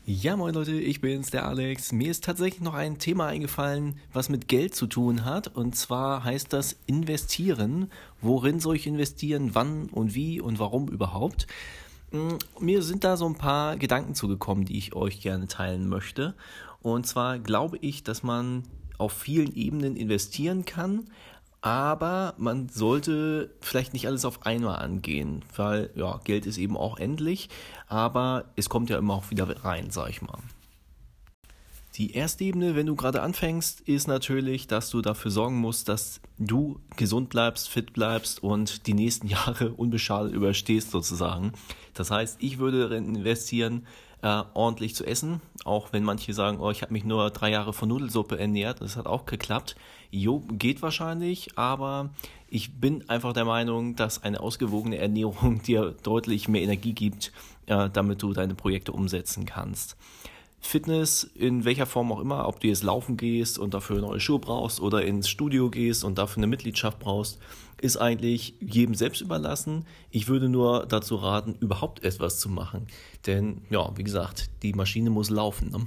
Ja, moin Leute, ich bin's, der Alex. Mir ist tatsächlich noch ein Thema eingefallen, was mit Geld zu tun hat. Und zwar heißt das Investieren. Worin soll ich investieren? Wann und wie und warum überhaupt? Mir sind da so ein paar Gedanken zugekommen, die ich euch gerne teilen möchte. Und zwar glaube ich, dass man auf vielen Ebenen investieren kann, aber man sollte vielleicht nicht alles auf einmal angehen, weil ja, Geld ist eben auch endlich, aber es kommt ja immer auch wieder rein, sag ich mal. Die erste Ebene, wenn du gerade anfängst, ist natürlich, dass du dafür sorgen musst, dass du gesund bleibst, fit bleibst und die nächsten Jahre unbeschadet überstehst sozusagen. Das heißt, ich würde darin investieren, ordentlich zu essen, auch wenn manche sagen, oh, ich habe mich nur 3 Jahre von Nudelsuppe ernährt, das hat auch geklappt. Jo, geht wahrscheinlich, aber ich bin einfach der Meinung, dass eine ausgewogene Ernährung dir deutlich mehr Energie gibt, damit du deine Projekte umsetzen kannst. Fitness in welcher Form auch immer, ob du jetzt laufen gehst und dafür neue Schuhe brauchst oder ins Studio gehst und dafür eine Mitgliedschaft brauchst, ist eigentlich jedem selbst überlassen. Ich würde nur dazu raten, überhaupt etwas zu machen. Denn, ja, wie gesagt, die Maschine muss laufen, ne?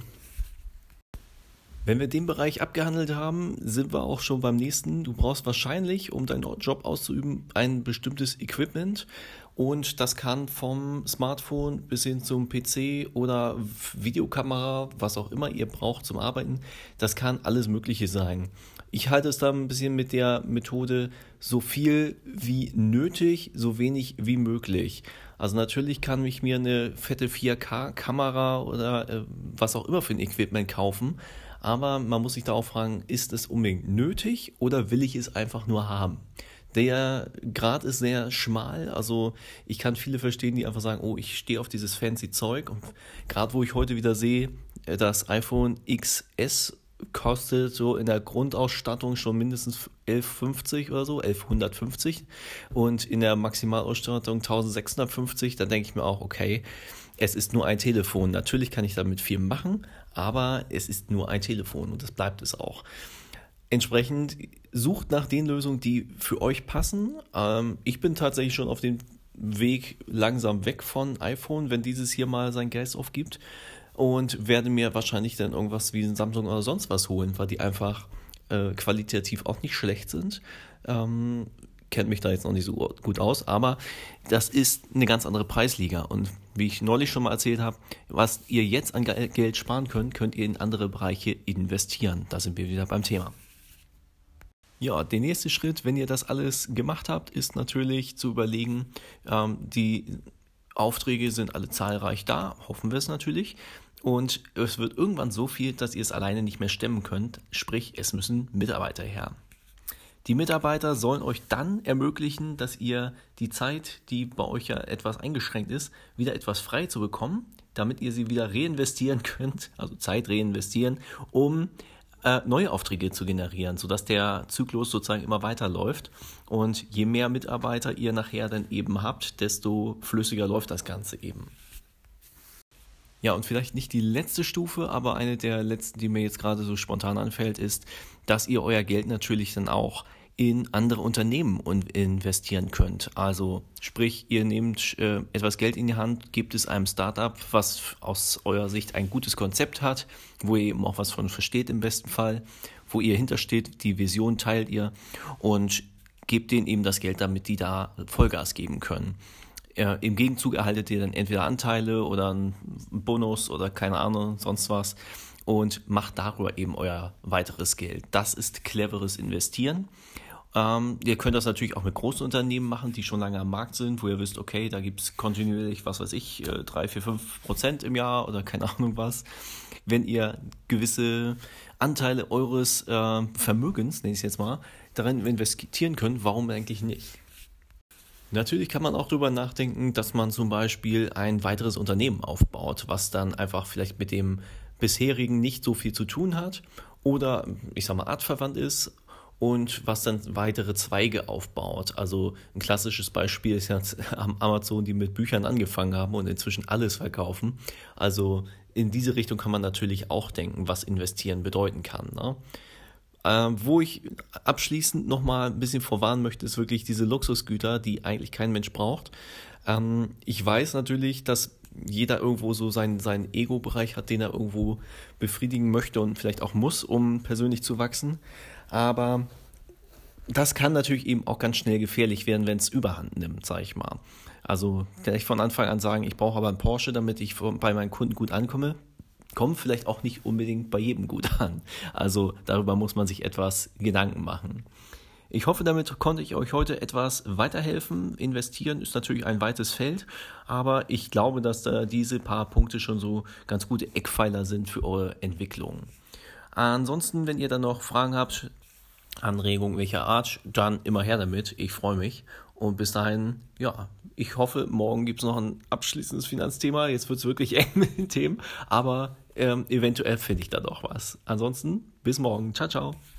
Wenn wir den Bereich abgehandelt haben, sind wir auch schon beim nächsten. Du brauchst wahrscheinlich, um deinen Job auszuüben, ein bestimmtes Equipment. Und das kann vom Smartphone bis hin zum PC oder Videokamera, was auch immer ihr braucht zum Arbeiten, das kann alles Mögliche sein. Ich halte es da ein bisschen mit der Methode so viel wie nötig, so wenig wie möglich. Also natürlich kann ich mir eine fette 4K-Kamera oder was auch immer für ein Equipment kaufen, aber man muss sich da auch fragen, ist es unbedingt nötig oder will ich es einfach nur haben? Der Grad ist sehr schmal, also ich kann viele verstehen, die einfach sagen, oh, ich stehe auf dieses fancy Zeug. Und gerade wo ich heute wieder sehe, das iPhone XS kostet so in der Grundausstattung schon mindestens 1150 oder so, 1150 und in der Maximalausstattung 1650, dann denke ich mir auch, okay, es ist nur ein Telefon. Natürlich kann ich damit viel machen, aber es ist nur ein Telefon und das bleibt es auch. Entsprechend sucht nach den Lösungen, die für euch passen. Ich bin tatsächlich schon auf dem Weg langsam weg von iPhone, wenn dieses hier mal sein Geist aufgibt und werde mir wahrscheinlich dann irgendwas wie ein Samsung oder sonst was holen, weil die einfach qualitativ auch nicht schlecht sind. Kennt mich da jetzt noch nicht so gut aus, aber das ist eine ganz andere Preisliga und wie ich neulich schon mal erzählt habe, was ihr jetzt an Geld sparen könnt, könnt ihr in andere Bereiche investieren. Da sind wir wieder beim Thema. Ja, der nächste Schritt, wenn ihr das alles gemacht habt, ist natürlich zu überlegen, die Aufträge sind alle zahlreich da, hoffen wir es natürlich. Und es wird irgendwann so viel, dass ihr es alleine nicht mehr stemmen könnt, sprich es müssen Mitarbeiter her. Die Mitarbeiter sollen euch dann ermöglichen, dass ihr die Zeit, die bei euch ja etwas eingeschränkt ist, wieder etwas frei zu bekommen, damit ihr sie wieder reinvestieren könnt, also Zeit reinvestieren, um neue Aufträge zu generieren, sodass der Zyklus sozusagen immer weiterläuft. Und je mehr Mitarbeiter ihr nachher dann eben habt, desto flüssiger läuft das Ganze eben. Ja, und vielleicht nicht die letzte Stufe, aber eine der letzten, die mir jetzt gerade so spontan anfällt, ist, dass ihr euer Geld natürlich dann auch in andere Unternehmen investieren könnt. Also sprich, ihr nehmt etwas Geld in die Hand, gebt es einem Startup, was aus eurer Sicht ein gutes Konzept hat, wo ihr eben auch was von versteht im besten Fall, wo ihr hintersteht, die Vision teilt ihr und gebt denen eben das Geld, damit die da Vollgas geben können. Im Gegenzug erhaltet ihr dann entweder Anteile oder einen Bonus oder keine Ahnung, sonst was und macht darüber eben euer weiteres Geld. Das ist cleveres Investieren. Ihr könnt das natürlich auch mit großen Unternehmen machen, die schon lange am Markt sind, wo ihr wisst, okay, da gibt es kontinuierlich, was weiß ich, 3, 4, 5% im Jahr oder keine Ahnung was. Wenn ihr gewisse Anteile eures Vermögens, nenne ich es jetzt mal, darin investieren könnt, warum eigentlich nicht? Natürlich kann man auch darüber nachdenken, dass man zum Beispiel ein weiteres Unternehmen aufbaut, was dann einfach vielleicht mit dem bisherigen nicht so viel zu tun hat oder, ich sag mal, artverwandt ist und was dann weitere Zweige aufbaut. Also ein klassisches Beispiel ist jetzt Amazon, die mit Büchern angefangen haben und inzwischen alles verkaufen. Also in diese Richtung kann man natürlich auch denken, was investieren bedeuten kann, ne? Wo ich abschließend nochmal ein bisschen vorwarnen möchte, ist wirklich diese Luxusgüter, die eigentlich kein Mensch braucht. Ich weiß natürlich, dass jeder irgendwo so seinen Ego-Bereich hat, den er irgendwo befriedigen möchte und vielleicht auch muss, um persönlich zu wachsen. Aber das kann natürlich eben auch ganz schnell gefährlich werden, wenn es Überhand nimmt, sage ich mal. Also vielleicht von Anfang an sagen, ich brauche aber einen Porsche, damit ich bei meinen Kunden gut ankomme. Kommt vielleicht auch nicht unbedingt bei jedem gut an. Also darüber muss man sich etwas Gedanken machen. Ich hoffe, damit konnte ich euch heute etwas weiterhelfen. Investieren ist natürlich ein weites Feld, aber ich glaube, dass da diese paar Punkte schon so ganz gute Eckpfeiler sind für eure Entwicklung. Ansonsten, wenn ihr dann noch Fragen habt, Anregungen welcher Art, dann immer her damit. Ich freue mich. Und bis dahin, ja, ich hoffe, morgen gibt es noch ein abschließendes Finanzthema. Jetzt wird es wirklich eng mit den Themen, aber eventuell finde ich da doch was. Ansonsten, bis morgen. Ciao, ciao.